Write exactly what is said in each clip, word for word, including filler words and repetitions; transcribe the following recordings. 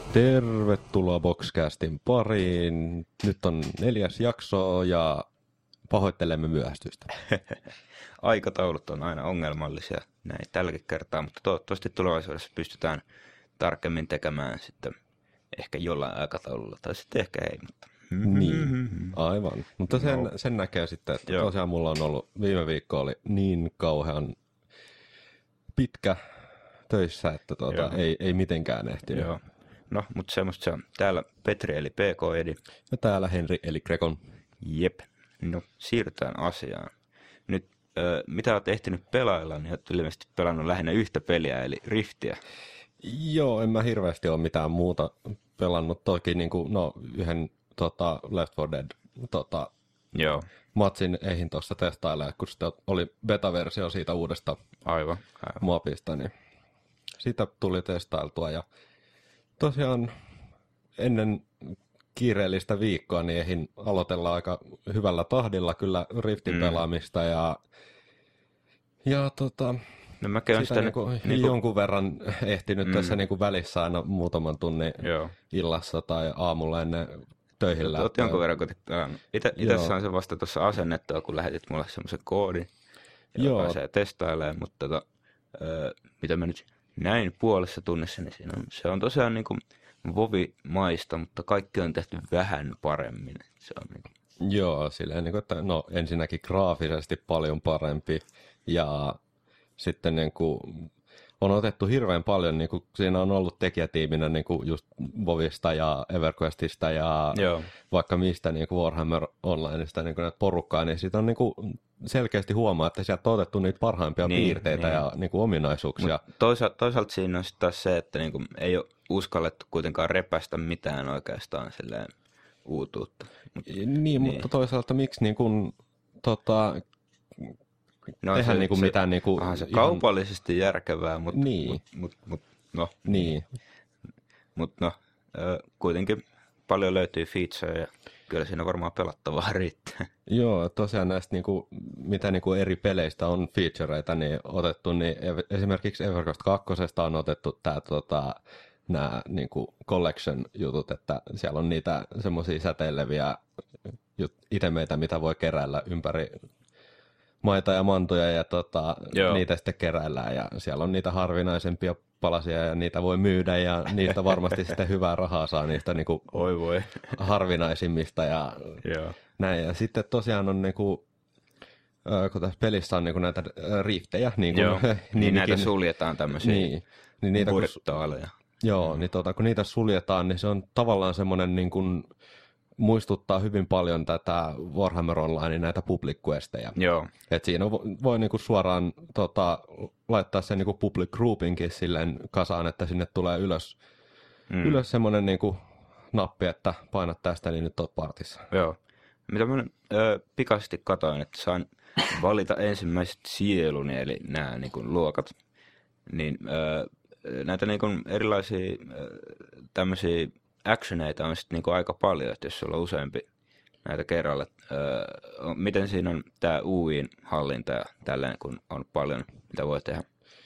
Tervetuloa Boxcastin pariin. Nyt on neljäs jakso ja pahoittelemme myöhästystä. Aikataulut on aina ongelmallisia näin tälläkin kertaa, mutta toivottavasti tulevaisuudessa pystytään tarkemmin tekemään sitten ehkä jollain aikataululla tai sitten ehkä ei. Mutta... Niin, aivan. Mutta sen, no. sen näkee sitten, että Joo. tosiaan mulla on ollut, viime viikko oli niin kauhean pitkä töissä, että tuota, ei, ei mitenkään ehtinyt. Joo. No, mutta semmoista se on. Täällä Petri eli P K-edi. Ja täällä Henri eli Grekon. Jep. No, siirrytään asiaan. Nyt, äh, mitä olet ehtinyt pelailla, niin olet ilmeisesti pelannut lähinnä yhtä peliä, eli Riftiä. Joo, en mä hirveästi ole mitään muuta pelannut. Toki niin kuin, no, yhden tota, Left four Dead tota, Joo. matsin eihin tuossa testailemaan, kun sitten oli beta-versio siitä uudesta aivan, aivan. mapista, niin sitä tuli testailtua ja tosiaan ennen kiireellistä viikkoa niin eihin aloitella aika hyvällä tahdilla kyllä Riftin mm. pelaamista ja, ja tota, no mä sitä, sitä niinku, niinku... jonkun verran ehtinyt mm. tässä niinku välissä aina muutaman tunnin Joo. illassa tai aamulla ennen töihin lähtöä. Olet jonkun verran kotit pelannut. Itse, itse sain sen vasta tuossa asennettua, kun lähetit mulle semmoisen koodin, joka pääsee testailemaan, mutta tota, öö, mitä mä nyt näin puolessa tunnissa, niin siinä on, se on tosiaan niin kuin Vovi-maista, mutta kaikki on tehty vähän paremmin. Se on niin kuin... Joo, silleen niin kuin, että no ensinnäkin graafisesti paljon parempi ja sitten niin kuin on otettu hirveän paljon, niin kuin siinä on ollut tekijätiiminä niin kuin just Vovista ja EverQuestista ja Joo. vaikka mistä niin kuin Warhammer Onlineista niin kuin näitä porukkaa, niin siitä on niin kuin selkeästi huomaa, että sieltä on otettu niitä parhaimpia niin, piirteitä niin. ja niin kuin ominaisuuksia. Toisaalta, toisaalta siinä on sitten taas se, että niin kuin ei ole uskallettu kuitenkaan repästä mitään oikeastaan silleen uutuutta. Mut, niin, niin, mutta toisaalta miksi niin kuin, tota... No, tehdä se, niinku se, mitään niinku se ihan... kaupallisesti järkevää, mutta niin. mut, mut, mut, no, niin. mut, no, kuitenkin paljon löytyy featureja ja kyllä siinä varmaan pelattavaa riittää. Joo, tosiaan näistä niinku, mitä niinku eri peleistä on featureita niin otettu, niin esimerkiksi EverQuest kaksi on otettu tää tota, nämä niinku collection jutut, että siellä on niitä semmoisia säteileviä itemeitä, mitä voi keräillä ympäri maita ja mantoja ja tota, niitä sitten keräillään ja siellä on niitä harvinaisempia palasia ja niitä voi myydä ja niistä varmasti sitten hyvää rahaa saa niistä niinku Oi voi. harvinaisimmista ja Joo. näin. Ja sitten tosiaan on niinku, kun tässä pelissä on niinku näitä riftejä. Niinku, niin näitä suljetaan tämmöisiä niin, niin niitä, portaaleja. Joo, niin tota, kun niitä suljetaan, niin se on tavallaan semmoinen niin kuin muistuttaa hyvin paljon tätä Warhammer Online, näitä public questejä. Joo. Et siinä voi, voi niinku suoraan tota, laittaa sen niinku public groupinkin silleen kasaan, että sinne tulee ylös, mm. ylös semmoinen niinku nappi, että painat tästä, niin nyt oot partissa. Joo. Mitä mä ö, pikaisesti katoin, että saan valita ensimmäiset sieluni, eli nämä niinku luokat. Niin ö, näitä niinku erilaisia ö, tämmöisiä actioneita on sitten niinku aika paljon, että jos sulla on useampi näitä kerralla. Öö, miten siinä on tämä U I:n hallinta ja tälleen, kun on paljon, mitä voi tehdä?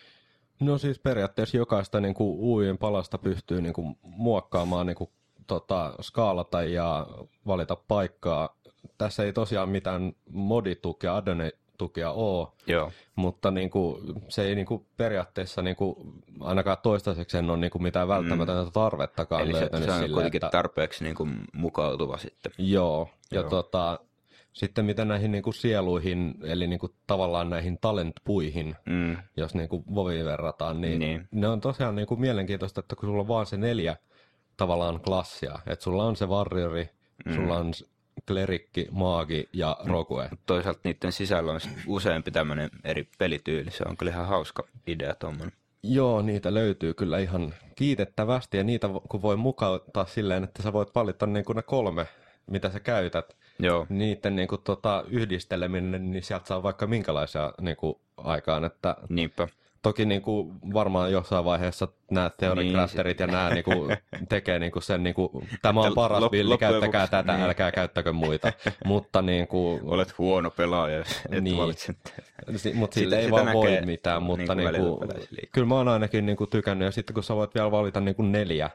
No siis periaatteessa jokaista niinku U I:n palasta pystyy niinku muokkaamaan, niinku, tota, skaalata ja valita paikkaa. Tässä ei tosiaan mitään moditukea, addone-tukea ole, Joo. mutta niinku, se ei niinku periaatteessa niinku, ainakaan toistaiseksi en ole niinku mitään välttämätöntä mm. tarvettakaan eli löytänyt. Eli se on sille, kuitenkin että... tarpeeksi niinku mukautuva sitten. Joo, ja Joo. tota, sitten mitä näihin niinku sieluihin, eli niinku tavallaan näihin talent-puihin, mm. jos niinku Voviin verrataan, niin, niin ne on tosiaan niinku mielenkiintoista, että kun sulla on vaan se neljä tavallaan klassia, että sulla on se warriori, mm. sulla on klerikki, maagi ja rogue. Toisaalta niiden sisällä on useampi tämmöinen eri pelityyli. Se on kyllä ihan hauska idea tuommoinen. Joo, niitä löytyy kyllä ihan kiitettävästi ja niitä kun voi mukauttaa silleen, että sä voit valita niin kuin ne kolme, mitä sä käytät. Joo. Niiden niin kuin, tota, yhdisteleminen, niin sieltä saa vaikka minkälaisia niin kuin, aikaan. Että niinpä. Toki niin kuin, varmaan jossain vaiheessa nämä teoricrafterit niin. ja nämä niin kuin, tekee niin kuin sen, niin kuin, tämä on paras billi, käyttäkää tätä, niin. älkää käyttäkö muita. Mutta niin kuin, olet huono pelaaja, jos et niin. valitse. Si- mutta siitä ei vaan voi mitään, mutta niin kuin, niin kuin, kyllä mä oon ainakin niin kuin, tykännyt. Ja sitten kun sä voit vielä valita niin kuin neljä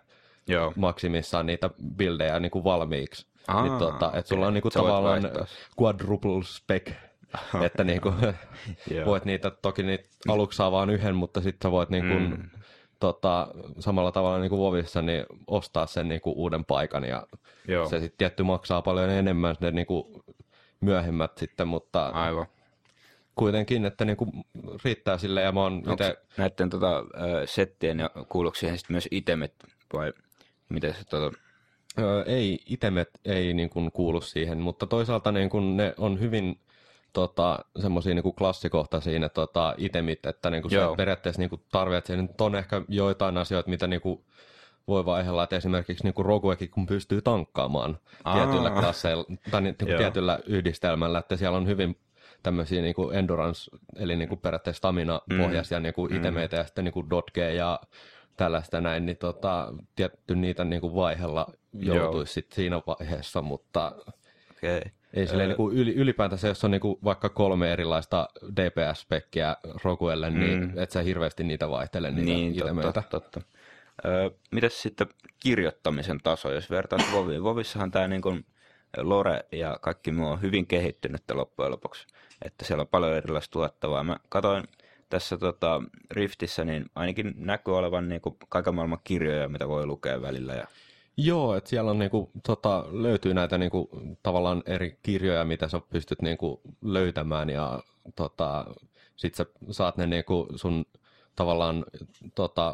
Joo. maksimissaan niitä buildejä niin kuin valmiiksi. Aa, niin tota, että sulla okei. on niin kuin Sä voit tavallaan vaihtaa. quadruple spec, että niin kuin, Joo. voit niitä, toki niitä aluksi saa vaan yhden, mutta sitten sä voit niin kuin, Mm. tota, samalla tavalla niin kuin WoWissa niin ostaa sen niin kuin uuden paikan ja Joo. se sitten tietty maksaa paljon enemmän ne niin kuin myöhemmät sitten, mutta Aivan. kuitenkin, että niin kuin riittää sille ja mä oon Onko itse... näiden tota, ö, settien ja kuuluuko siihen sitten myös itemet vai miten se tota... Öö, ei, itemet ei niin kuin kuulu siihen, mutta toisaalta niin kuin ne on hyvin tota, semmoisia niin kuin klassikohtaisia ne tota, itemit, että niin kuin sä Joo. periaatteessa niin kuin tarvitset siihen. Nyt on ehkä joitain asioita, mitä niin kuin voi vaihella, että esimerkiksi niin kuin Roguekin, kun pystyy tankkaamaan Aa. tietyillä klasseilla tai niin, niin kuin Joo. tietyllä yhdistelmällä, että siellä on hyvin tämmöisiä niin kuin endurance, eli niin kuin periaatteessa stamina-pohjaisia mm. niin kuin itemeitä ja sitten niin kuin dodge ja tällaista näin, niin tota, tietty niitä niin kuin vaihella joutuisi sit siinä vaiheessa, mutta Okay. ei silleen niin kuin yli, ylipäätänsä, jos on niin kuin vaikka kolme erilaista D P S-spekkiä Roguelle, mm. niin et sä hirveästi niitä vaihtele niitä Niin, itemeitä. totta, totta. Öö, mitäs sitten kirjoittamisen taso, jos vertaat Voviin? Vovissahan tämä niin kuin lore ja kaikki muu on hyvin kehittynyt loppujen lopuksi, että siellä on paljon erilaista tuottavaa. Mä katsoin tässä tota, Riftissä, niin ainakin näkyy olevan niin kuin kaiken maailman kirjoja, mitä voi lukea välillä. Ja... Joo, että siellä on niinku, tota, löytyy näitä niinku, tavallaan eri kirjoja, mitä sä pystyt niinku, löytämään ja tota, sit sä saat ne niinku, sun tavallaan tota,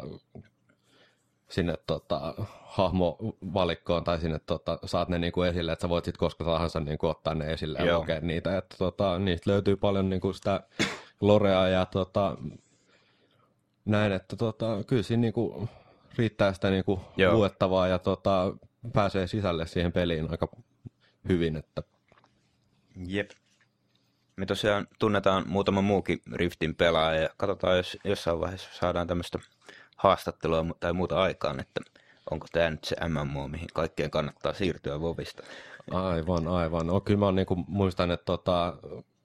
sinne tota, hahmovalikkoon tai sinne tota, saat ne niinku, esille, että sä voit sit koska tahansa niinku, ottaa ne esille ja Joo. lukea niitä. Että, tota, niistä löytyy paljon niinku, sitä lorea ja tota, näin, että tota, kyllä siinä niinku, riittää sitä niinku Joo. luettavaa ja tota, pääsee sisälle siihen peliin aika hyvin. Että... Jep. Me tosiaan tunnetaan muutama muukin Riftin pelaaja ja katsotaan, jos jossain vaiheessa saadaan tämmöistä haastattelua tai muuta aikaan, että onko tämä nyt se M M O, mihin kaikkien kannattaa siirtyä Vovista. Aivan, aivan. No, kyllä mä niinku, muistan, että tota,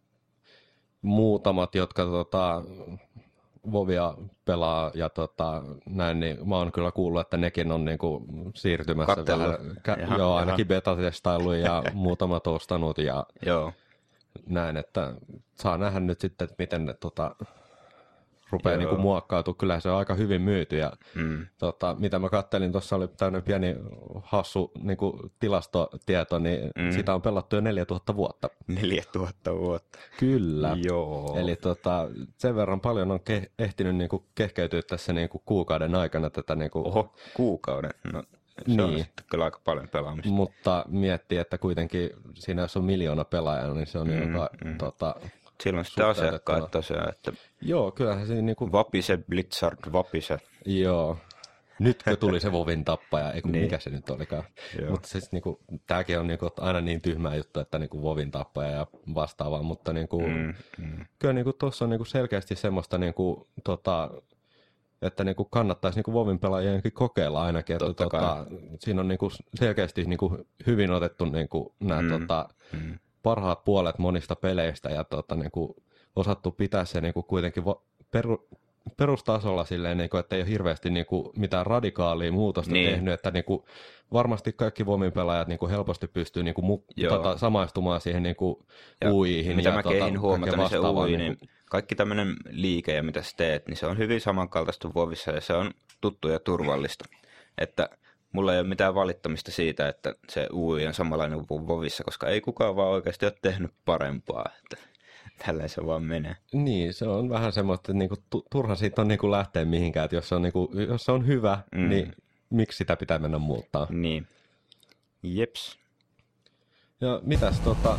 muutamat, jotka tota, Vovia pelaa ja tota, näin, niin mä oon kyllä kuullut, että nekin on niinku siirtymässä Kattellut. vähän. Kä- Jaha, joo, jaha. ainakin beta-testailu ja muutamat ostanut ja Joo. näin, että saa nähdä nyt sitten, että miten ne tota, rupeaa Joo. niinku muokkautua. Kyllähän se on aika hyvin myyty ja Mm. tota, mitä mä kattelin, tuossa oli tämmöinen pieni hassu niinku, tilastotieto, niin Mm. sitä on pelattu jo neljätuhatta vuotta. Neljätuhatta vuotta. Kyllä. Joo. Eli tota, sen verran paljon on ke- ehtinyt niinku kehkeytyä tässä niinku kuukauden aikana tätä, niinku, Oho, kuukauden. No, se on Niin. sitten kyllä aika paljon pelaamista. mutta miettii, että kuitenkin siinä jos on miljoona pelaajaa, niin se on Mm, joka, mm. tota, Silloin sitten suhteutettuna. asiakkaat tosiaan, että joo, kyllähän siinä niinku, vapise, Blizzard, vapise. joo, nytkö tuli se Vovin tappaja, ei kun Niin. mikä se nyt olikaan. Joo. Mutta siis niinku, tämäkin on niinku, aina niin tyhmää juttu, että niinku Vovin tappaja ja vastaavaa, mutta niinku, Mm, mm. kyllä niinku tuossa on niinku selkeästi semmoista, niinku, tota, että niinku kannattaisi niinku Vovin pelaajienkin kokeilla ainakin. Että, Totta tota, siinä on niinku selkeästi niinku hyvin otettu niinku nämä Mm, tota, mm. parhaat puolet monista peleistä ja tota, niinku, osattu pitää se niinku, kuitenkin vo, peru, perustasolla silleen, niinku, että ei ole hirveästi niinku, mitään radikaalia muutosta Niin. tehnyt, että niinku, varmasti kaikki Vovin pelaajat niinku, helposti pystyy niinku, mu, Joo. tota, samaistumaan siihen niinku, Ja U I:hin. mitä ja, mä tota, keihin huomata, kaikkea niin se U vastaavaa, I, niinku, niin kaikki tämmöinen liike ja mitä sä teet, niin se on hyvin samankaltaista Vovissa ja se on tuttu ja turvallista. Että mulla ei ole mitään valittamista siitä, että se U I on samanlainen kuin Vovissa, koska ei kukaan vaan oikeasti ole tehnyt parempaa. Että tälleen se vaan menee. Niin, se on vähän semmoista, että niinku, tu- turha siitä on niinku, lähteä mihinkään, että jos se on, niinku, jos se on hyvä, Mm. niin miksi sitä pitää mennä muuttaa? Niin. Jeps. Ja mitäs tota,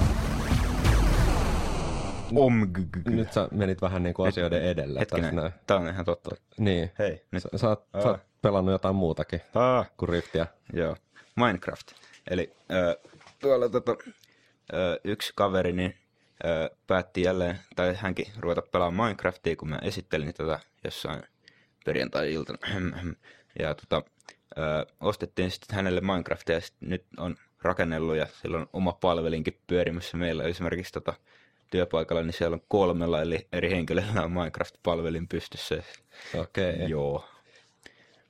Omgygy. nyt sä menit vähän niinku asioiden edelle tässä Hetkinen, näin. tää on ihan totta. Niin, Hei, nyt. sä, sä, oot, sä oot pelannut jotain muutakin Ah. kuin Riftiä. Joo, Minecraft. Eli äh, tuolla tota, äh, yksi kaveri niin, äh, päätti jälleen, tai hänkin ruveta pelaamaan Minecraftia, kun mä esittelin tätä jossain perjantai-iltana. Ja tota, äh, ostettiin sitten hänelle Minecraftia ja sit nyt on rakennellut ja sillä on oma palvelinkin pyörimässä meillä. Esimerkiksi tota, työpaikalla, niin siellä on kolmella eli eri henkilöillä on Minecraft-palvelin pystyssä. Okei. Joo.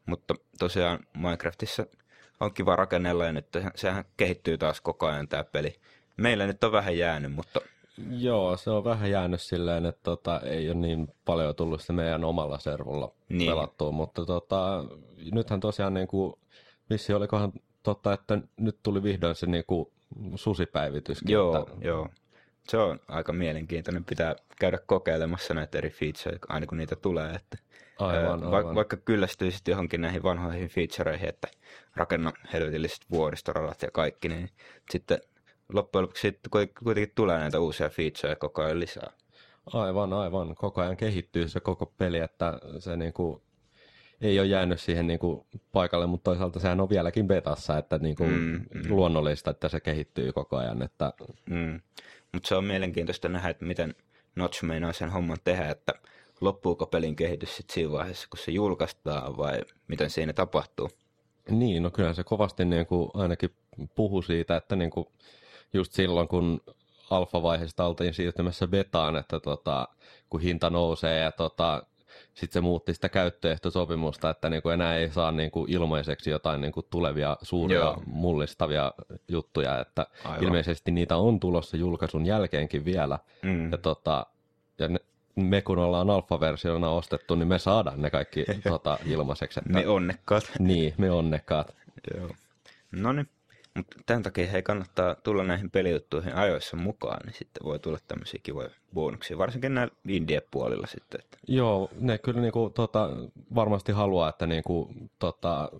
Mutta tosiaan Minecraftissa on kiva rakennella ja nyt sehän kehittyy taas koko ajan tämä peli. Meillä nyt on vähän jäänyt, mutta... Joo, se on vähän jäänyt silleen, että tota, ei ole niin paljon tullut se meidän omalla servulla niin pelattua, mutta tota, nythän tosiaan niin kuin, vissi olikohan totta, että nyt tuli vihdoin se niin kuin susipäivityskin. Joo, että... joo. Se on aika mielenkiintoinen. Pitää käydä kokeilemassa näitä eri featureita aina kun niitä tulee. Että, aivan, va- aivan. Vaikka kyllästyisit johonkin näihin vanhoihin featureihin, että rakenna helvetilliset vuoristoradat ja kaikki, niin sitten loppujen lopuksi sitten kuitenkin tulee näitä uusia featureja koko ajan lisää. Aivan, aivan. Koko ajan kehittyy se koko peli, että se niinku ei ole jäänyt siihen niinku paikalle, mutta toisaalta sehän on vieläkin betassa, että niinku mm, mm. luonnollista, että se kehittyy koko ajan. Että... Mm. Mutta se on mielenkiintoista nähdä, että miten Notch meinaa sen homman tehdä, että loppuuko pelin kehitys sitten siinä vaiheessa, kun se julkaistaan vai miten siinä tapahtuu? Niin, no kyllä se kovasti niinku ainakin puhui siitä, että niinku just silloin, kun alfavaiheesta oltiin siirtymässä betaan, että tota, kun hinta nousee ja tota, sitten se muutti sitä käyttöehtosopimusta, että niinku enää ei saa niinku ilmaiseksi jotain niinku tulevia suuria Joo. mullistavia juttuja, että Aivan. ilmeisesti niitä on tulossa julkaisun jälkeenkin vielä. Mm. Ja, tota, ja ne, me kun ollaan alfaversiona ostettu, niin me saadaan ne kaikki tota, ilmaiseksi. Että... Me onnekkaat. Niin, me onnekkaat. Joo. Noniin. Mutta tämän takia hei kannattaa tulla näihin pelijuttuihin ajoissa mukaan, niin sitten voi tulla tämmöisiä kivoja bonuksia, varsinkin näillä indie-puolilla sitten. Että. Joo, ne kyllä niinku, tota, varmasti haluaa, että niinku, tota,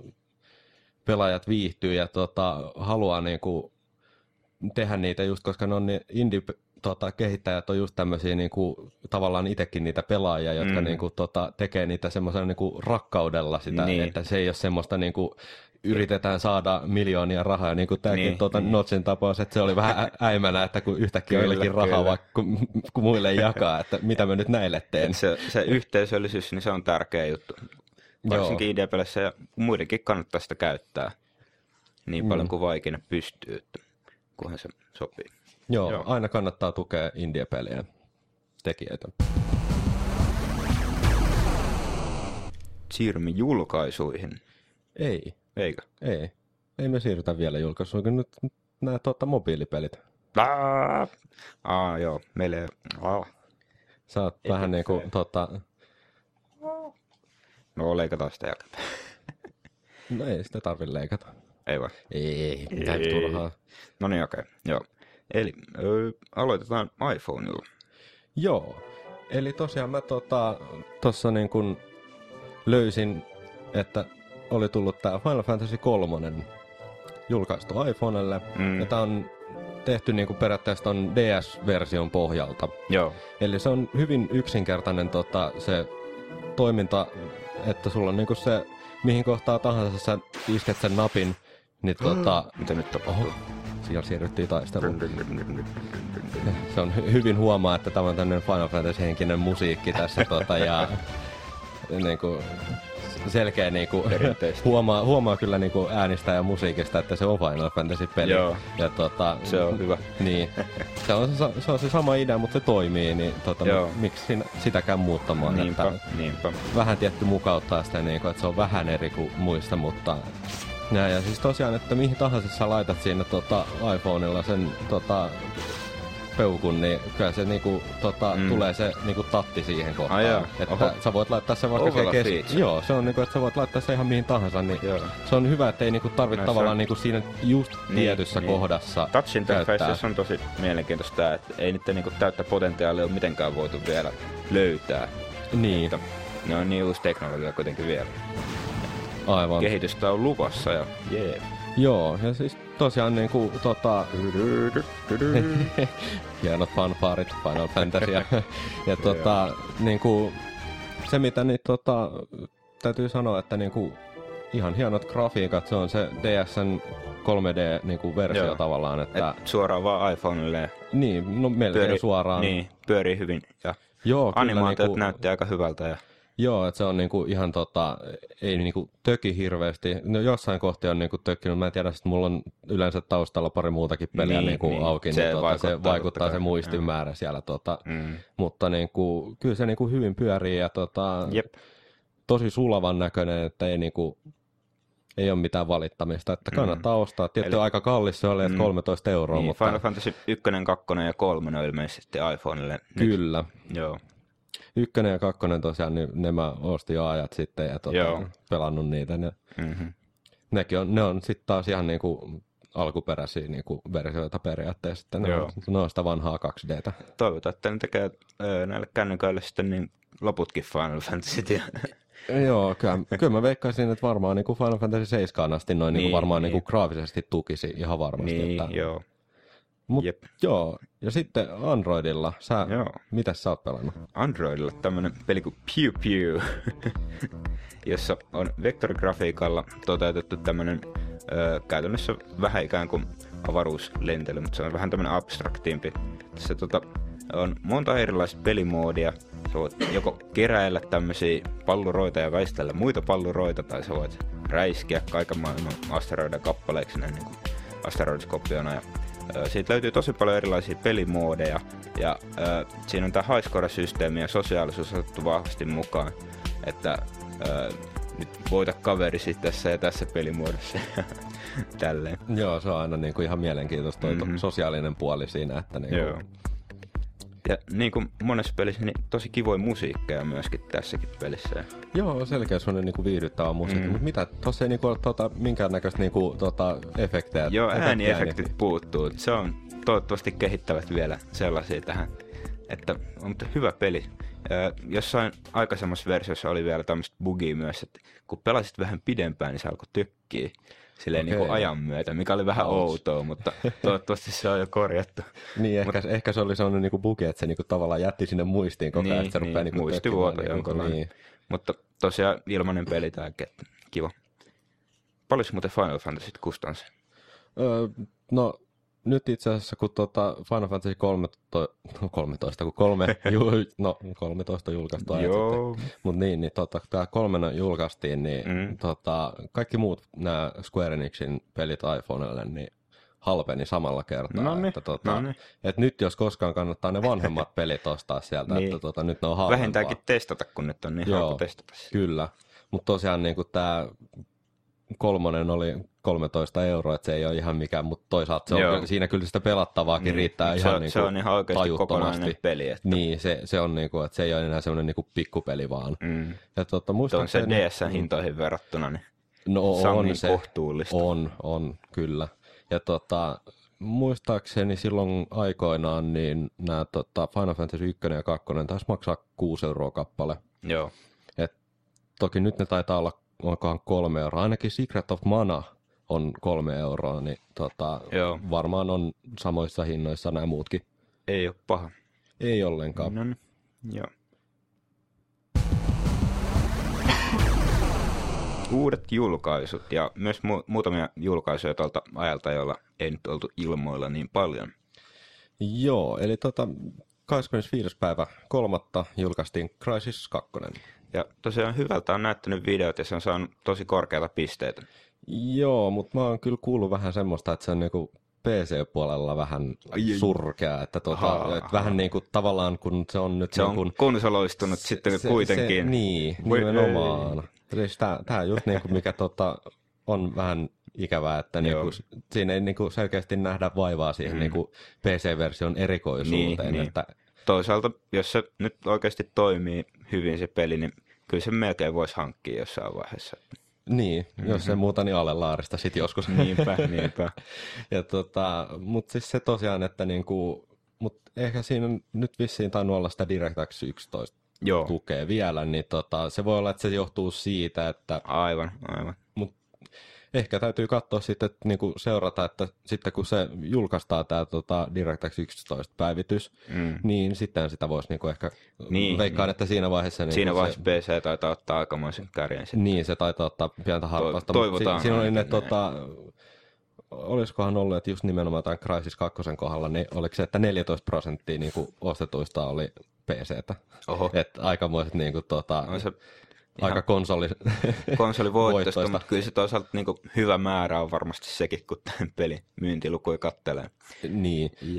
pelaajat viihtyy ja tota, haluaa niinku, tehdä niitä just, koska ne on ne indie-kehittäjät on just tämmöisiä niinku, tavallaan itsekin niitä pelaajia, jotka mm. niinku, tota, tekee niitä semmoisella niinku, rakkaudella sitä, niin. että se ei ole semmoista... Niinku, yritetään saada miljoonia rahaa, niin kuin tämäkin niin, tuota, niin. Notchin tapaus, että se oli vähän äimänä, että kun yhtäkkiä meillekin rahaa, vaikka kun, kun muille jakaa, että mitä mä nyt näille teen. Se, se yhteisöllisyys, niin se on tärkeä juttu. Varsinkin idea-peleissä ja muidenkin kannattaa sitä käyttää niin paljon mm. kuin vaan ikinä pystyy, että kunhan se sopii. Joo, Joo. aina kannattaa tukea indie-pelien tekijöitä. Siirrymme julkaisuihin. Ei. Eikö? Ei. Ei me siirrytä vielä julkaisuun. Nyt nämä tuota, mobiilipelit. Aa, Aa joo. Meillä ei... Aa. Sä oot ei vähän niin kuin... Tota... No leikataan sitä jälkeen. No ei sitä tarvitse leikata. Ei vai? Ei, mitä turhaa. No niin, okei. Okay. Joo. Eli ö, aloitetaan iPhoneilla. Joo. Eli tosiaan mä tuossa tota, niin kuin löysin, että... oli tullut tää Final Fantasy kolme julkaistu iPhonelle, mm. ja tää on tehty niinku periaatteessa ton D S-version pohjalta. Joo. Eli se on hyvin yksinkertainen tota, se toiminta, että sulla on niinku se, mihin kohtaa tahansa sä isket sen napin, niin tota... Mitä nyt tapahtuu? Oho, siellä siirryttiin taisteluun. Se on hy- hyvin huomaa, että tämä on tämmönen Final Fantasy-henkinen musiikki tässä tota, ja niinku... selkeä niinku, huomaa, huomaa kyllä niinku äänistä ja musiikista, että se on Final Fantasy-peli. Joo, ja tota, se on hyvä. Niin, se on se, se on se sama idea, mutta se toimii, niin tota, miksi siinä, sitäkään muuttamaan. Niinpä, että niinpä. Vähän tietty mukauttaa sitä, niinku, että se on vähän eri kuin muista, mutta... Ja, ja siis tosiaan, että mihin tahansa sä laitat siinä tota, iPhoneilla sen... Tota, peukun, niin kyllä se niinku, tota, mm. tulee se niinku tatti siihen kohtaan. Ai jaa. Että Oho. sä voit laittaa sen vaikka siihen kes... Joo, se on niinku, että sä voit laittaa sen ihan mihin tahansa, niin joo. Se on hyvä, että ei niinku tarvitse tavallaan niinku siinä just niin, tietyssä niin. kohdassa Touch interface on tosi mielenkiintoista, että ei niitä niinku täyttä potentiaalia ole mitenkään voitu vielä löytää. Niin. Että ne on niin uusi teknologia kuitenkin vielä. Aivan. Kehitystä on luvassa ja jee. Joo, ja siis tosiaan niinku tota... hienot fanfaarit, Final Fantasy. ja tota, niinku... Se mitä niin tota... Täytyy sanoa, että niinku... Ihan hienot grafiikat, se on se D S:n kolme D-versio niinku versio tavallaan, että... Et suoraan vaan iPhonelle. Niin, no melkein pyöri, suoraan. Niin, pyörii hyvin ja joo, animaatiot niinku... näytti aika hyvältä ja... Joo, että se on niinku ihan tota, ei niinku töki hirveästi. No jossain kohtia on niinku tökkinyt, mä en tiedä, että mulla on yleensä taustalla pari muutakin peliä niin, niinku niin. auki, se, niin tota, vaikuttaa, se vaikuttaa se muistin määrä siellä. Tota, mm. Mutta niinku, kyllä se niinku hyvin pyörii ja tota, tosi sulavan näköinen, että ei niinku, ei ole mitään valittamista, että kannattaa mm. ostaa. Tietty Eli, aika kallis se oli, että kolmetoista euroa. Niin, mutta Final Fantasy yksi, kaksi ja kolme on ilmeisesti iPhonelle. Kyllä. Nyt. Joo. Ykkönen ja kakkonen tosiaan, niin ne mä ostin jo ajat sitten ja tota, pelannut niitä. Ne, mm-hmm. nekin on, ne on sitten taas ihan niinku alkuperäisiä niinku versioita periaatteessa. Sitten ne, on, ne on sitä vanhaa kaksi D:tä. Toivotaan, että ne tekee öö, näille kännyköille sitten niin loputkin Final Fantasyt. Joo, kyllä, kyllä mä veikkaisin, että varmaan niin kuin Final Fantasy seitsemän asti noin niin, niin varmaan niin. Niin graafisesti tukisi ihan varmasti. Niin, että... joo. Mut, joo, ja sitten Androidilla, sä, mitäs sä oot pelannut? Androidilla tämmönen peli kuin Pew Pew, jossa on vektorigrafiikalla toteutettu tämmönen ö, käytännössä vähän ikään kuin avaruuslentely, mutta se on vähän tämmönen abstraktiimpi. Se tota, on monta erilaista pelimoodia. Sä voit joko keräillä tämmöisiä palluroita ja väistellä muita palluroita, tai sä voit räiskiä kaiken maailman asteroiden kappaleiksi näin niin kuin asteroidiskopiona. Ja, ö, siitä löytyy tosi paljon erilaisia pelimoodeja, ja ö, siinä on tää high score-systeemi ja sosiaalisuus otettu vahvasti mukaan, että ö, nyt voita kaverisi tässä ja tässä pelimuodossa. Tälleen. Joo, se on aina niin kuin ihan mielenkiintoista toi mm-hmm. sosiaalinen puoli siinä, että niin kuin... Joo. Ja niin kuin monessa pelissä, niin tosi kivoja musiikkeja myöskin tässäkin pelissä. Joo, selkeä sellainen niin kuin viihdyttävä musiikki, mm. mutta mitä, tossa ei niin kuin, tota, minkäännäköistä niin kuin, tota, efektejä? Joo, ääniefektit niin... puuttuu. Se on toivottavasti kehittävät vielä sellaisia tähän, että on hyvä peli. Ö, jossain aikaisemmassa versiossa oli vielä tämmöistä bugia myös, että kun pelasit vähän pidempään, niin se alkoi tökkiä. Silleen okay. niin kuin ajan myötä, mikä oli vähän Ouch. outoa, mutta toivottavasti se on jo korjattu. Niin, ehkä, Mut, ehkä se oli sellainen niin kuin bugi, että se niin kuin tavallaan jätti sinne muistiin koko ajan, niin, että se niin, rupeaa niin kuin muistivuoto jonkinlainen. Niin. Mutta tosiaan ilmainen peli tämäkin, että kiva. Paljon muuten Final Fantasyt kustansi? Öö, no nyt itse asiassa, kun tuota Final Fantasy kolmetoista, kolmetoista kun kolme, ju, no kolmetoista julkaistu ajat sitten, mutta niin, niin tota, tämä kolmena julkaistiin, niin mm. tota, kaikki muut nämä Square Enixin pelit iPhonelle, niin halpeni samalla kertaa. Noniin, että, tota, että nyt jos koskaan kannattaa ne vanhemmat pelit ostaa sieltä, niin. että tota, nyt ne on halvempaa. Vähintäänkin testata, kun nyt on niin Joo, halpa testata. Kyllä, mutta tosiaan niin tämä kolmonen oli kolmetoista euroa, että se ei ole ihan mikään, mutta toisaalta se on, siinä kyllä sitä pelattavaakin niin. riittää se ihan on, niin se on ihan oikeasti kokonainen peli. Että... Niin, se, se on niin kuin, että se ei ole enää semmoinen niin kuin pikkupeli vaan. Mm. Ja tuota, on se D S-hintoihin mm. verrattuna, niin no, se on niin se kohtuullista. On, on, kyllä. Ja tota, muistaakseni silloin aikoinaan niin nämä tota, Final Fantasy yksi ja kaksi taisi maksaa kuusi euroa kappale. Joo. Et, toki nyt ne taitaa olla onkohan kolme euroa. Ainakin Secret of Mana on kolme euroa, niin tota, varmaan on samoissa hinnoissa nämä muutkin. Ei ole paha. Ei ollenkaan. No, no. Joo. Uudet julkaisut ja myös mu- muutamia julkaisuja tuolta ajalta, joilla ei nyt oltu ilmoilla niin paljon. Joo, eli tota, kahdeskymmenesviides päivä kolmatta julkaistiin Crysis kaksi. Ja tosiaan hyvältä on näyttänyt videot ja se on saanut tosi korkeita pisteitä. Joo, mutta mä oon kyllä kuullut vähän semmoista, että se on niinku P C-puolella vähän Ai, surkea. Että, tuota, ha, että ha. vähän niinku tavallaan kun se on nyt... Se niin kun, on konsoloistunut se, sitten se, kuitenkin. Se, niin, nimenomaan. Siis tää just niinku mikä tota, on vähän ikävää, että niinku, siinä ei niinku selkeästi nähdä vaivaa siihen mm. niinku P C-version erikoisuuteen. Niin, että, niin. Toisaalta, jos se nyt oikeasti toimii hyvin se peli, niin kyllä se melkein voisi hankkia jossain vaiheessa. Niin, mm-hmm. jos se muuta, niin alelaarista sitten joskus. Niinpä, niinpä. ja tota, mutta siis se tosiaan, että niinku, mut ehkä siinä nyt vissiin tainnut olla sitä DirectX yksitoista Joo. tukea vielä, niin tota, se voi olla, että se johtuu siitä, että... Aivan, aivan. Mut ehkä täytyy katsoa sitten, että niinku seurata, että sitten kun se julkaistaan tämä tota DirectX yksitoista päivitys, mm. niin sitten sitä voisi niinku ehkä niin, veikkaan, niin. että siinä vaiheessa... Niin siinä vaiheessa se, P C taitaa ottaa aikamoisen kärjen sitten. Niin, se taitaa ottaa pientä harpausta. To, toivotaan. Si, siinä oli ne, tota, olisikohan ollut, että just nimenomaan tämän Crysis kaksi kohdalla, niin oliko se, että neljätoista prosenttia niinku ostetuista oli P C:tä. Oho. Että aikamoiset niinku tota... No se... Aika konsoli konsolivoittoista, mutta kyllä se toisaalta niin hyvä määrä on varmasti sekin, kun tämän pelin myyntilukuja kattelee. Niin, Jep.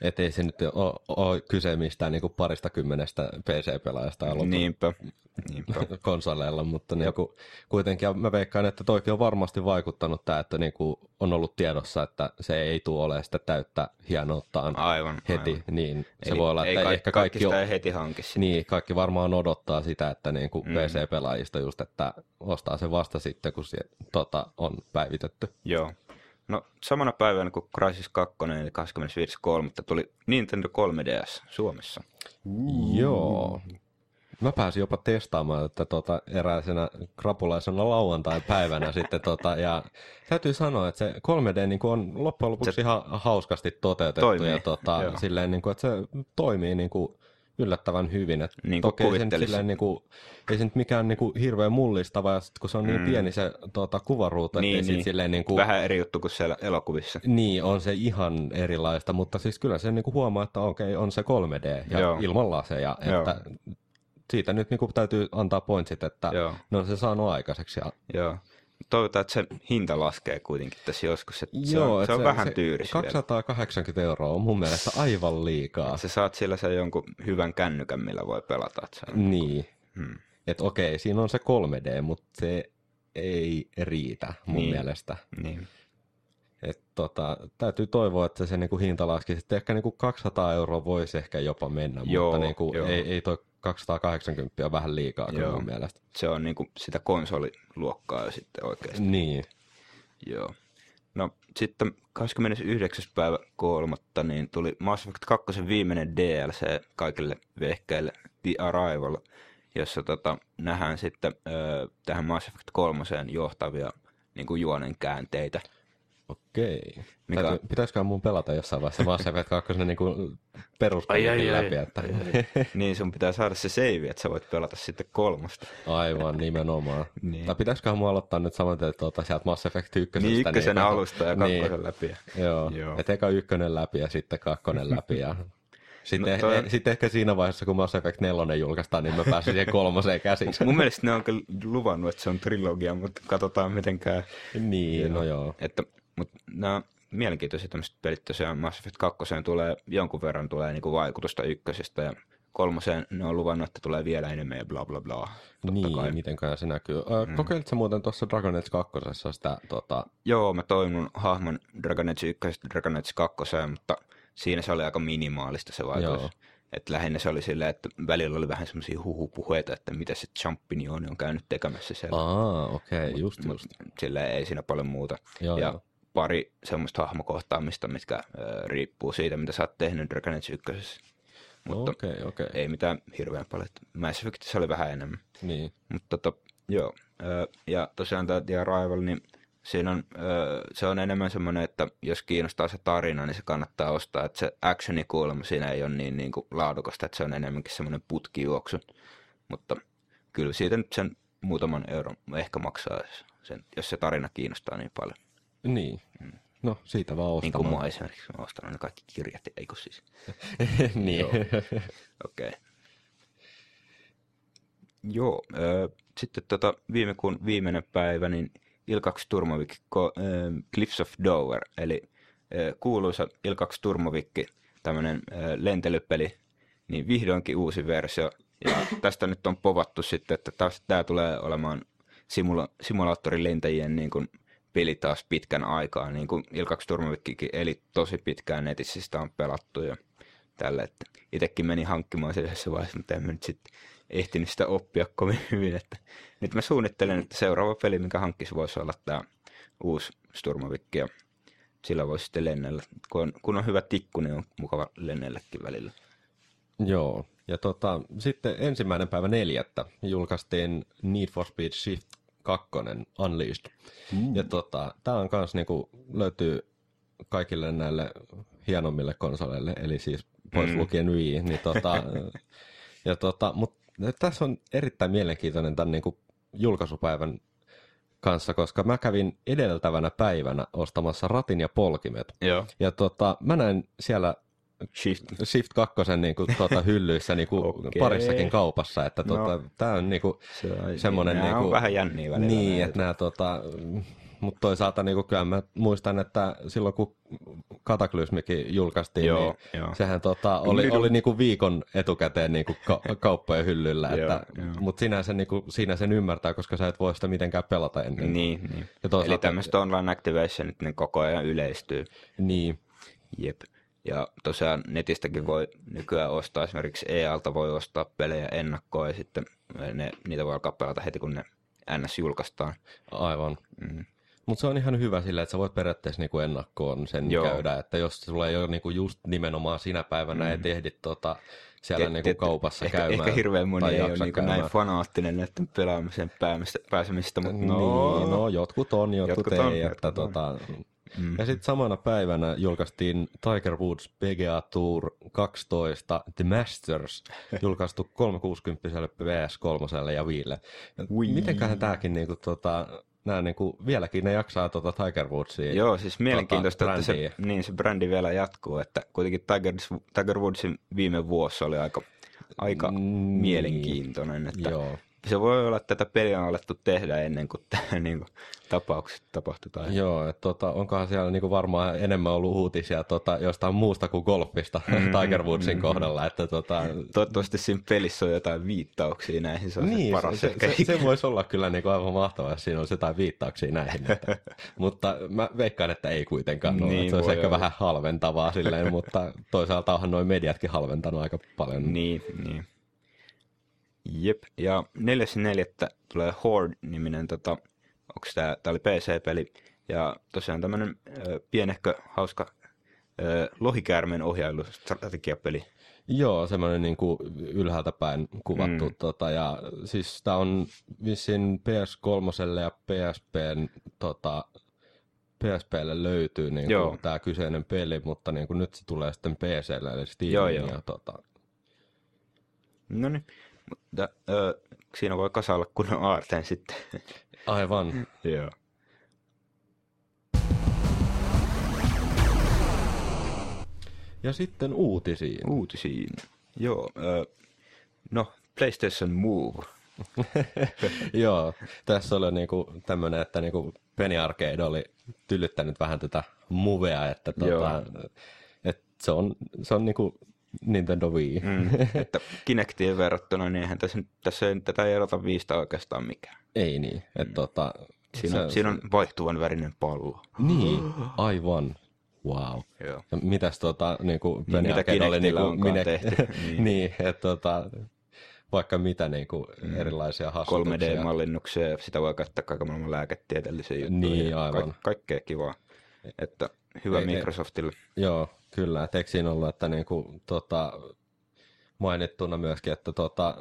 Että ei se nyt ole, ole kyse mistään niinku parista kymmenestä P C-pelaajasta aloitu Niinpä. Niinpä. konsoleilla, mutta niinku, kuitenkin ja mä veikkaan, että toikin on varmasti vaikuttanut tämä, että niinku on ollut tiedossa, että se ei tule olemaan sitä täyttä hienouttaan aivan, heti, aivan. niin se Eli voi olla, että ei ehkä kaikki, kaikki, sitä on, ei heti hanki sitä. niin, kaikki varmaan odottaa sitä, että niinku Mm. P C-pelaajista just, että ostaa se vasta sitten, kun se tota, on päivitetty. Joo. No samana päivänä kuin Crysis kaksi, eli kahdeskymmenesviides kolmatta tuli Nintendo kolme D S Suomessa. Joo. Mä pääsin jopa testaamaan, että tota, eräisenä krapulaisena lauantai-päivänä sitten, tota, ja täytyy sanoa, että se kolme D niin kuin on loppujen lopuksi se ihan hauskasti toteutettu, toimii, ja tota, silleen, niin kuin, että se toimii niin kuin yllättävän hyvin. Että niin kuin toki ei, silleen, niin kuin, ei se nyt mikään niin kuin hirveän mullistava, ja sit, kun se on niin mm. pieni se tota, kuvaruutu, niin, että niin. silleen niin kuin, vähän eri juttu kuin siellä elokuvissa. Niin, on se ihan erilaista, mutta siis kyllä se niin kuin huomaa, että okei, on se kolme D ja Joo. ilman laseja, että siitä nyt niinku täytyy antaa pointsit, että Joo. ne on se saanut aikaiseksi. Ja... Joo. Toivotaan, että se hinta laskee kuitenkin tässä joskus. Että se Joo, on, se on se, vähän se tyyris kaksisataakahdeksankymmentä euroa on mun mielestä aivan liikaa. sä saat sillä sen jonkun hyvän kännykän, millä voi pelata. Että se on... Niin. Hmm. Että okei, siinä on se kolme D, mutta se ei riitä mun niin. mielestä. Niin. Et tota, täytyy toivoa, että se niinku hinta laskisi. Sitten ehkä niinku kaksisataa euroa voisi ehkä jopa mennä, joo, mutta niinku joo. ei, ei toi kaksisataakahdeksankymmentä on vähän liikaa kyllä mun mielestä. Se on niinku sitä konsoliluokkaa sitten oikeasti. Niin. Joo. No sitten kahdeskymmenesyhdeksäs päivä kolmatta niin tuli Mass Effect kaksi viimeinen D L C kaikille vehkeille The Arrival, jossa tota, nähdään sitten ö, tähän Mass Effect kolmoseen johtavia niin kuin juonen käänteitä. Okei. Mikä... Täytyy, pitäisikö mun pelata jossain vaiheessa Mass Effect kaksi niin kuin peruspelikin läpi? Että... niin, sun pitää saada se save, että sä voit pelata sitten kolmosta. Aivan, nimenomaan. niin. Tai pitäisiköhän mun aloittaa nyt saman teet tuota, sieltä Mass Effect ykkösestä. Niin, ykkösen niin, alusta ja kakkosen niin. läpi. Joo, Joo. että eka ykkönen läpi ja sitten kakkonen läpi. Ja... Sitten, no, toi... eh, sitten ehkä siinä vaiheessa, kun Mass Effect neljä julkaistaan, niin mä pääsin siihen kolmoseen käsiksi. Mun mielestä ne on kyllä luvannut, että se on trilogia, mutta katsotaan miten käy. Niin, joo. no joo. Että, mutta nämä mielenkiintoisia tämmöiset pelit tosiaan Mass Effect kaksi tulee jonkun verran tulee niinku vaikutusta ykkösestä ja kolmoseen ne on luvannut, että tulee vielä enemmän ja bla bla bla. Niin, kai. mitenköhän se näkyy. Ö, mm. Kokeilitko sä muuten tuossa Dragon Age kaksi sitä? Tota... Joo, mä toin mun hahmon Dragon Age yksi Dragon Age kaksi, mutta siinä se oli aika minimaalista se vaikutus. Että lähinnä se oli silleen, että välillä oli vähän semmoisia huhupuheita, että mitä se Champignon on käynyt tekemässä siellä. Aa, okei, okay, just just. Silleen ei siinä paljon muuta. Joo, ja joo. pari semmoista hahmokohtaamista, mitkä äh, riippuu siitä, mitä sä oot tehnyt Dragon Age ykkösessä. Mutta okay, okay. ei mitään hirveän paljon. Mass Effectissä oli vähän enemmän. Niin. Mutta tota, joo. Äh, ja tosiaan tämä The Arrival, niin siinä on, äh, se on enemmän semmoinen, että jos kiinnostaa se tarina, niin se kannattaa ostaa. Että se actioni kuulemma siinä ei ole niin, niin kuin laadukasta, että se on enemmänkin semmoinen putkijuoksu. Mutta kyllä siitä nyt sen muutaman euron ehkä maksaa, sen, jos se tarina kiinnostaa niin paljon. Niin. Mm. No, siitä vaan ostamaan. Niin kuin mua esimerkiksi, mä ostanut ne kaikki kirjat, eikö siis? niin. Okei. Okay. Joo, äh, sitten tota, viime kuun viimeinen päivä, niin Ilkaks Turmovikki äh, Cliffs of Dover, eli äh, kuuluisa Ilkaks Turmovikki, tämmöinen äh, lentelypeli, niin vihdoinkin uusi versio. Ja tästä nyt on povattu sitten, että tämä tulee olemaan simula- simulaattorilentäjien niin kuin peli taas pitkän aikaa, niin kuin Ilkaks Turmovikkikin eli tosi pitkään netissä, sitä on pelattu ja tällä, että itsekin meni hankkimaan se vaiheessa, mutta en nyt sitten ehtinyt sitä oppia kovin hyvin, että nyt mä suunnittelen, että seuraava peli, mikä hankkisi, voisi olla tämä uusi Sturmovik ja sillä voisi sitten lennellä, kun on, kun on hyvä tikku, niin on mukava lennelläkin välillä. Joo, ja tota, sitten ensimmäinen päivä neljättä julkaistiin Need for Speed Shift kaksi Unleashed. Mm. Ja tota, tää on kans niinku, löytyy kaikille näille hienommille konsoleille, eli siis pois mm. lukien Wii, niin tota, ja tota, mut tässä on erittäin mielenkiintoinen tämän niinku julkaisupäivän kanssa, koska mä kävin edeltävänä päivänä ostamassa ratin ja polkimet. Joo. Ja tota, mä näin siellä Shift, Shift kaksi niinku, tota, hyllyissä niinku, okay. parissakin kaupassa, että tota, no. Tää on niinku, se on, semmoinen... Nämä niinku, on vähän jänniä välillä. Niin, että nämä tota, mutta toisaalta niin kyllä mä muistan, että silloin kun Kataklysmikin julkaistiin, Joo, niin joo. sehän tota, oli, oli niin kuin viikon etukäteen niin kuin ka- kauppojen hyllyllä, Joo, että, joo. mutta sinänsä niin kuin, siinä sen ymmärtää, koska sä et voi sitä mitenkään pelata ennen. Niin, niin. Ja toisaalta- Eli tämmöiset online activationit ne koko ajan yleistyy. Niin, Jep. Ja tosiaan netistäkin voi nykyään ostaa, esimerkiksi E A:lta voi ostaa pelejä ennakkoon ja sitten ne, niitä voi alkaa pelata heti, kun ne N S julkaistaan. aivan. Mm. Mutta se on ihan hyvä sillä, että sä voit periaatteessa niinku ennakkoon sen Joo. käydä, että jos sulla ei ole niinku just nimenomaan sinä päivänä, mm. et ehdi tota, siellä Tiet- niinku tiet- kaupassa ehkä, käymään. Ehkä hirveän moni tai ei ole jaksa niin näin käymään. fanaattinen näiden pelaamisen päämistä, pääsemistä, mutta no, Niin, no jotkut on, jotkut, Jotkut ei. on, että, jotkut on. tota, Mm. Ja sitten samana päivänä julkaistiin Tiger Woods P G A Tour kaksitoista The Masters, julkaistu kolmesataakuusikymmentä P S kolme ja Wiille. Wii. Mitenköhän tämäkin niinku, tota, nää, niinku, vieläkin ne jaksaa tota Tiger Woodsia? Joo, siis mielenkiintoista, tota, että se, brändiä. niin, se brändi vielä jatkuu, että kuitenkin Tiger, Tiger Woodsin viime vuosi oli aika, aika Mm, mielenkiintoinen, että Joo. se voi olla, että tätä peliä on alettu tehdä ennen kuin tämä niin kuin, tapaukset tapahtutaan. Joo, että tota, onkohan siellä niinku varmaan enemmän ollut uutisia tota, jostain muusta kuin golfista Mm, Tiger Woodsin mm, kohdalla. Että, tota, Toivottavasti siinä pelissä on jotain viittauksia näihin, se on se niin, paras se, ehkä. se, se voisi olla kyllä niinku aivan mahtavaa, jos siinä olisi jotain viittauksia näihin. Että, mutta mä veikkaan, että ei kuitenkaan ole. Niin, Että se olisi voi ehkä olla. vähän halventavaa silleen, mutta toisaalta onhan nuo mediatkin halventanut aika paljon. Niin, niin. Jep, ja neljäs neljättä tulee Horde-niminen, tota, onks tää, tää oli P C-peli, ja tosiaan tämmönen ö, pienehkö, hauska ö, lohikäärmeen ohjailustrategiapeli. Joo, semmoinen niin kuin ylhäältä päin kuvattu. Mm. Tota, ja siis tämä on vissiin P S kolme ja P S P:n, tota, P S P:lle löytyy niin Joo. kuin, tämä kyseinen peli, mutta niin kuin nyt se tulee sitten P C:lle eli Steamiin. Joo, joo. Ja, tota, No niin, mutta ö, siinä voi kasailla kunnon aarteen sitten. aivan. Joo. Ja sitten uutisiin. Uutisiin. Joo, ö, no PlayStation Move. Joo, tässä oli niinku tämmöinen, että niinku Penny Arcade oli tyllyttänyt vähän tätä movea, että tota, et se on, se on niinku Nintendo Wii. Mm, että Kinectiin verrattuna, niin eihän tässä, tässä ei, tätä ei erota viistä oikeastaan mikään. Ei niin, että tota, Siinä, se- on, siinä on vaihtuvan värinen pallo. Niin, aivan. Wow. Joo. Ja mitäs tota, niinku Penny mitä Arcade oli Kinectillä niinku, onkaan tehty. niin, niin että tota, vaikka mitä niinku erilaisia hassutuksia. kolme D-mallinnuksia ja sitä voi käyttää kaiken maailman lääketieteellisiä juttuja. Niin, ja aivan. Kaik- kaikkea kivaa. Että hyvä Ei- ei- Microsoftille. Joo, kyllä. Et eikö siinä ollut, että niinku, tota, mainittuna myöskin, että tota,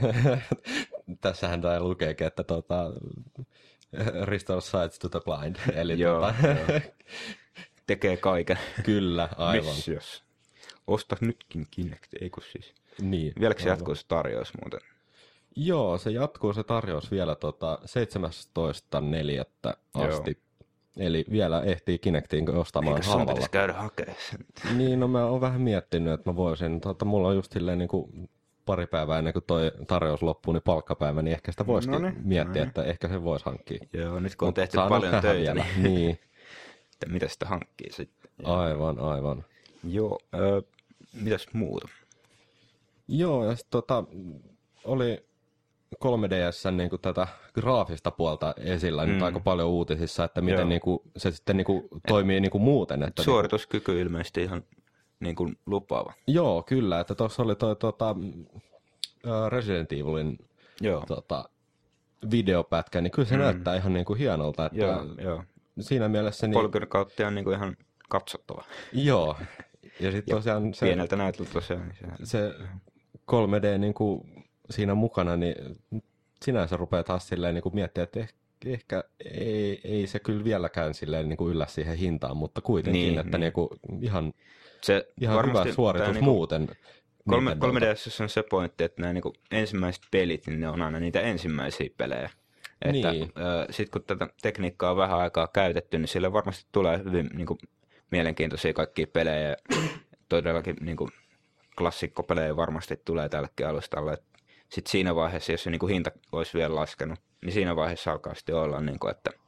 tässähän tämä lukeekin, että tota, restore sights to the blind. Eli Joo, tota, joo. Tekee kaiken. kyllä, aivan. Miss jos. Osta nytkin Kinect, ei kun siis. Niin, Vieläkö se aivan. jatkuu se tarjous muuten? Joo, se jatkuu se tarjous vielä tota, seitsemästoista neljättä asti. Eli vielä ehtii Kinectiin ostamaan Eikö sun halvalla. pitäisi käydä hakemaan sen? Niin, no mä oon vähän miettinyt, että mä voisin, tota, mulla on just silleen niin kuin pari päivää ennen kuin toi tarjous loppuu, niin palkkapäivä, niin ehkä sitä voisikin Noniin, miettiä, noniin. että ehkä se voisi hankkia. Joo, nyt kun on Mut tehty saa paljon nähdä töitä, vielä. niin Niin, että mitä sitä hankkii sitten. aivan, aivan. Joo, öö, mitäs muuta? Joo, ja sitten tota, oli kolme D S niin kuin tätä graafista puolta esillä mm. nyt aika paljon uutisissa, että miten Joo. niin kuin, se sitten niin kuin, toimii niin kuin muuten. Että niin kuin, Suorituskyky ilmeisesti ihan niin kuin lupaava. joo, kyllä, että tuossa oli toi tota, ä, Resident Evilin Joo, tota, videopätkä, niin kyllä se Mm. näyttää ihan niin kuin hienolta, että joo, joo. siinä mielessä... Niin, Polkyrkautta on niin kuin ihan katsottava. joo, ja sitten tosiaan se, Pieneltä näytöltä tosiaan. niin Se, se kolme D niin kuin siinä mukana, niin sinänsä rupeaa taas silleen niin kuin miettiä, että ehkä, ehkä ei, ei se kyllä vieläkään silleen niin kuin yllä siihen hintaan, mutta kuitenkin, Niin, että niin. niin kuin ihan, se ihan hyvä varmasti suoritus tää niin niinku- muuten. Kolme, Nintendolta. kolme D S on se pointti, että nämä niinku ensimmäiset pelit, niin ne on aina niitä ensimmäisiä pelejä. Että Niin. sitten kun tätä tekniikkaa on vähän aikaa käytetty, niin sille varmasti tulee hyvin niinku, mielenkiintoisia kaikkia pelejä. Todellakin niinku, klassikkopelejä varmasti tulee tällekin alustalle. Sitten siinä vaiheessa, jos se niinku, hinta olisi vielä laskenut, niin siinä vaiheessa alkaa sitten olla, niinku, että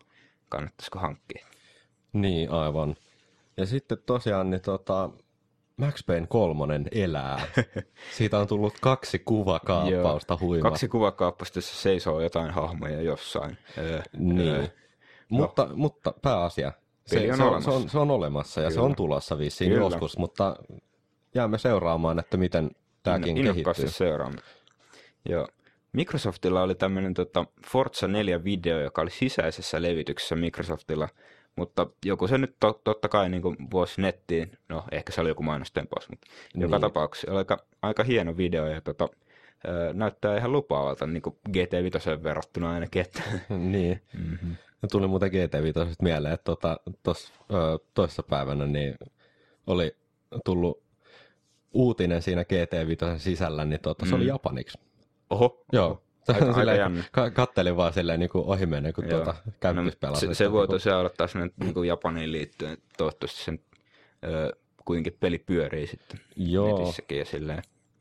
kannattaisiko hankkia. Niin, aivan. Ja sitten tosiaan niin tota, Max Payne kolmonen elää. Siitä on tullut kaksi kuvakaappausta huima. Kaksi kuvakaappausta, jossa seisoo jotain hahmoja jossain. Öö, niin, öö. mutta, no. mutta pääasia. Se, on se, on, se, on, se on olemassa ja Kyllä. se on tulossa vissiin Kyllä. joskus, mutta jäämme seuraamaan, että miten tämäkin Inno, kehittyy. seuraamme. Joo. Microsoftilla oli tämmöinen tota, Forza neljä video, joka oli sisäisessä levityksessä Microsoftilla, mutta joku se nyt to, totta kai niin kuin vuosi nettiin, no ehkä se oli joku mainostempaus, mutta niin. joka tapauksessa oli aika, aika hieno video ja tota, ö, näyttää ihan lupaavalta niin kuin G T viisi verrattuna ainakin. Että. Niin. Mm-hmm. Tuli muuten G T viisi mieleen, että tuota, tuossa toissa päivänä niin oli tullut uutinen siinä G T viisi sisällä, niin tuota, mm. se oli japaniksi. Oho. Joo. Aika, aika jännä. Kattelin vaan silleen niin ohi mennä, kun tuota, kämpis pelasi. No, se, se voi tosiaan olla taas niin kuin Japaniin liittyen. Toivottavasti sen ö, kuitenkin peli pyörii sitten Joo. netissäkin ja silleen.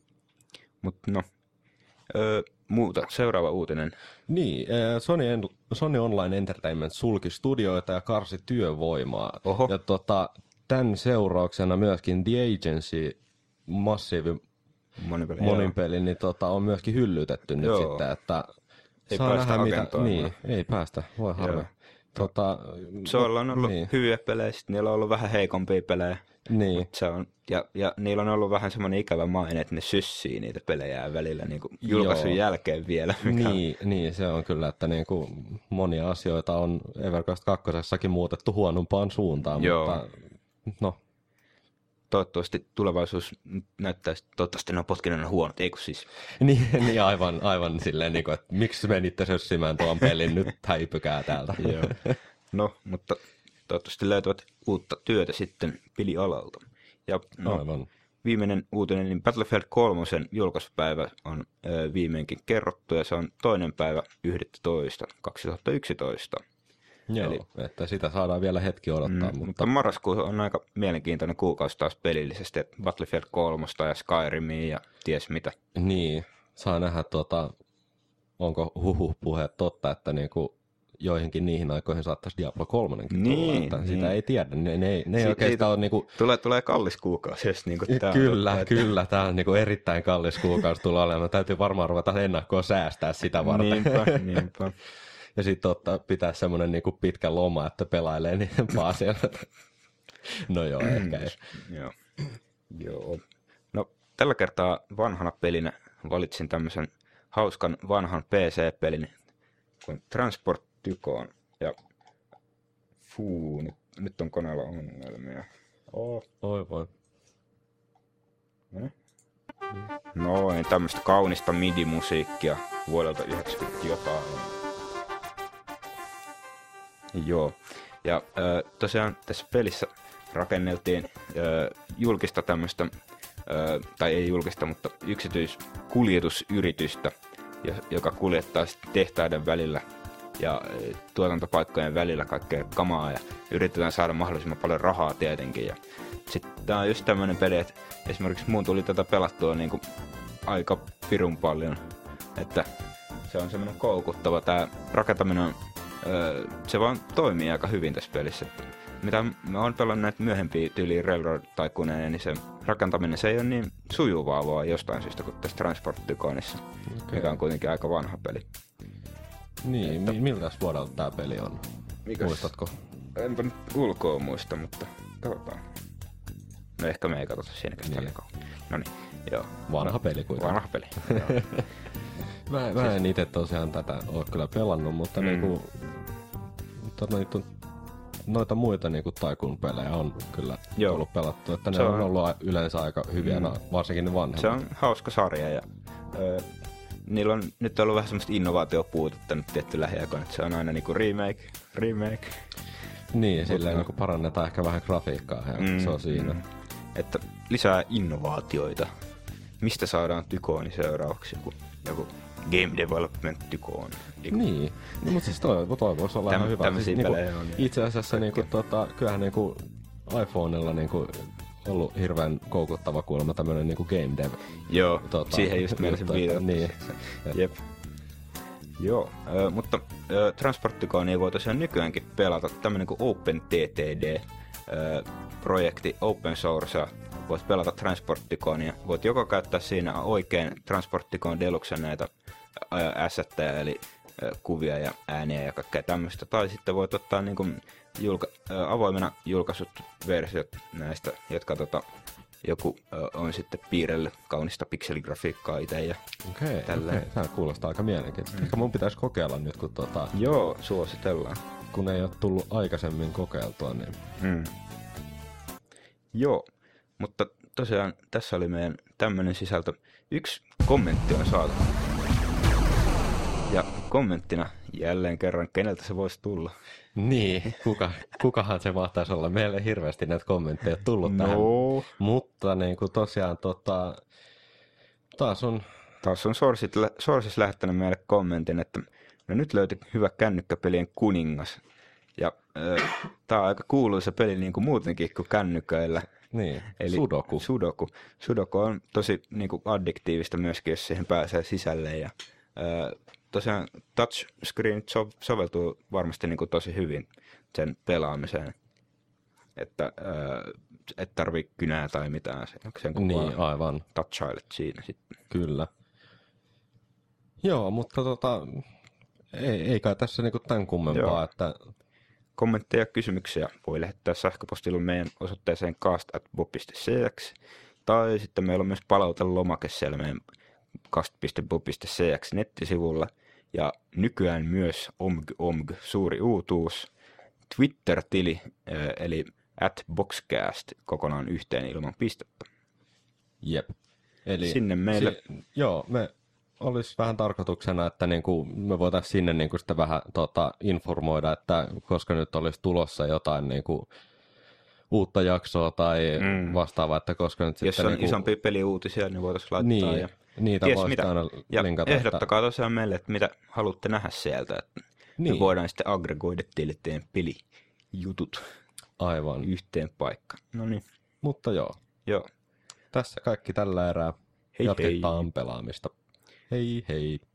Mutta no, ö, muuta. Seuraava uutinen. Niin, Sony, Sony Online Entertainment sulki studioita ja karsi työvoimaa. Oho. Ja tota, tämän seurauksena myöskin The Agency, massiivi Monipeli, monin peli, niin tota, on myöskin hyllytetty nyt Joo. sitten, että ei saa päästä nähdä mitä. Niin, agentoimaan. ei päästä, voi harmi. Tota, Soilla on ollut niin. hyviä pelejä, sitten niillä on ollut vähän heikompia pelejä. Niin. Se on, ja, ja niillä on ollut vähän semmoinen ikävä maine, että ne syssii niitä pelejä välillä niin kuin julkaisun Joo. jälkeen vielä. Mikä Niin, on... niin, se on kyllä, että niin kuin monia asioita on EverQuest kakkosessakin muutettu huonompaan suuntaan, Joo. mutta no. Toivottavasti tulevaisuus näyttää, toivottavasti ne on potkinut huonot, eikö siis? Niin, niin aivan, aivan silleen, niin kuin, että miksi menitte sössimään tuon pelin, nyt häipykää täältä. Joo. No, mutta toivottavasti löytävät uutta työtä sitten pelialalta. Ja no, aivan. Viimeinen uutinen, niin Battlefield kolme julkaisupäivä on ö, viimeinkin kerrottu, ja se on toinen päivä yhdestoista kaksituhattayksitoista. Joo, Eli, että sitä saadaan vielä hetki odottaa. Mm, mutta... mutta marraskuu on aika mielenkiintoinen kuukausi taas pelillisesti, että Battlefield kolme ja Skyrimia ja ties mitä. Niin, saa nähdä, tuota, onko huhu-puheet totta, että niinku joihinkin niihin aikoihin saattaisi Diablo kolmonenkin niin, tulla, että niin. sitä ei tiedä. Ne, ne, ne ei Si- oikeastaan ole niinku... Tulee, tulee kallis kuukausi, jos niinku tämä Kyllä, on totta, kyllä. Että... Tämä on niinku erittäin kallis kuukausi tulla olemaan. Täytyy varmaan ruveta ennakkoon säästää sitä varten. Niinpä, niinpä. Ja sitten ottaa, pitää semmoinen niinku pitkä loma, että pelailee niiden paasia. No joo, ehkä ei. Joo. Joo. No, tällä kertaa vanhana pelinä valitsin tämmöisen hauskan vanhan P C-pelin kuin Transport Tycoon. Ja fuu, nyt, nyt on koneella ongelmia. Oh. Oi voi. Hmm? Noin, tämmöistä kaunista midi-musiikkia vuodelta yhdeksänkymmentä jotain. Joo, ja äh, tosiaan tässä pelissä rakenneltiin äh, julkista tämmöistä, äh, tai ei julkista, mutta yksityiskuljetusyritystä, joka kuljettaa sitten tehtaiden välillä ja äh, tuotantopaikkojen välillä kaikkea kamaa ja yritetään saada mahdollisimman paljon rahaa tietenkin. Ja sitten tää on just tämmönen peli, että esimerkiksi mun tuli tätä pelattua niinku aika pirun paljon, että se on semmoinen koukuttava. Tää rakentaminen on se vaan toimii aika hyvin tässä pelissä. Mitä mä oon pelannut näitä myöhempiä tyyliin Railroad Tycooneja, niin se rakentaminen se ei ole niin sujuvaa vaan jostain syystä kuin tässä Transport Tycoonissa, okay. mikä on kuitenkin aika vanha peli. Niin, että... miltäs vuodelta tää peli on? Mikäs? Muistatko? Enpä nyt ulkoa muista, mutta katsotaan. No ehkä me ei katsota siinäkään niin. No niin, joo. Vanha no, peli kuitenkin. Vanha peli, Mä, mä en itse tosiaan tätä ole kyllä pelannut, mutta mm. niinku, noita, noita muita niinku Tycoon-pelejä on kyllä Joo. ollut pelattu, että ne on, on ollut yleensä aika hyviä, mm. varsinkin ne vanhemmat. Se on hauska sarja ja ö, niillä on nyt ollut vähän semmoista innovaatiopuutetta nyt tietty lähiaikoina, että se on aina niinku remake, remake. Niin, Mut silleen no. niinku parannetaan ehkä vähän grafiikkaa ja mm, se on siinä. Mm. Että lisää innovaatioita. Mistä saadaan Tycooni seuraavaksi? Joku, joku Game Development Tycoon. Niin, no, mutta siis toi, toi voisi olla Täm, ihan hyvä. Siis, niinku, on, itse asiassa niinku, tota, kyllähän niinku iPhonella niinku ollut hirveän koukuttava kuulemma tämmönen niinku game dev. Joo, tota, siihen just meillä se viitattu. Niin. Jep. Joo, ö, mutta ö, Transporticonia voi tosiaan nykyäänkin pelata. Tämmöinen kuin OpenTTD-projekti, open source, voit pelata Transporticonia. Voit joko käyttää siinä oikein Transporticon Deluxen näitä assetteja, eli ö, kuvia ja ääniä ja kaikkea tämmöistä, tai sitten voit ottaa niin kuin julka, ö, avoimena julkaisut versiot näistä, jotka tota, joku ö, on sitten piirrellyt kaunista pikseligrafiikkaa itse ja Okei, tälleen. okei. Tämä kuulostaa aika mielenkiintoista. Mm. Ehkä mun pitäisi kokeilla nyt, kun, tota, Joo, suositellaan. kun ei ole tullut aikaisemmin kokeiltua. Niin... Mm. Joo, mutta tosiaan tässä oli meidän tämmöinen sisältö. Yksi kommentti on saatu. Ja kommenttina jälleen kerran, keneltä se voisi tulla? Niin, kuka, kukahan se mahtaisi olla? Meille hirveästi näitä kommentteja tullut No. tähän. Mutta niin kuin tosiaan tota, taas on... Taas on Sources, lä- Sources lähettänyt meille kommentin, että no nyt löytyi hyvä kännykkäpelien kuningas. Ja äh, tää on aika kuuluisa peli niin kuin muutenkin kuin kännyköillä. Niin, Eli Sudoku. Sudoku. Sudoku on tosi niin kuin addiktiivista myöskin, jos siihen pääsee sisälle. Ja, ää, tosiaan touchscreen so- soveltuu varmasti niin kuin tosi hyvin sen pelaamiseen. Että ää, et tarvii kynää tai mitään. Sen kun Niin, vaan aivan. touchailet siinä sitten. Kyllä. Joo, mutta tota, ei, ei kai tässä niinku tämän kummempaa, Joo. että Kommentteja ja kysymyksiä voi lähettää sähköpostilla meidän osoitteeseen cast at bob piste c x. Tai sitten meillä on myös palautelomake siellä meidän cast piste bob piste c x nettisivulla. Ja nykyään myös omg omg suuri uutuus. Twitter-tili, eli at boxcast kokonaan yhteen ilman pistettä. jep. Eli Sinne meille- Si- joo, me olisi vähän tarkoituksena, että niinku me voitaisiin sinne niinku sitä vähän tota, informoida, että koska nyt olisi tulossa jotain niinku uutta jaksoa tai Mm. vastaavaa, että koska nyt Jos sitten on niinku, isompia peliuutisia, niin voitaisiin laittaa. niin, ja niitä ties voisi mitä. aina Ja linkata. ehdottakaa tosiaan meille, että mitä haluatte nähdä sieltä. Että Niin. me voidaan sitten aggregoida teille teidän pelijutut Aivan. yhteen paikkaan. No niin, Mutta joo, joo. tässä kaikki tällä erää. Hei Jatketaan pelaamista. Hei hei.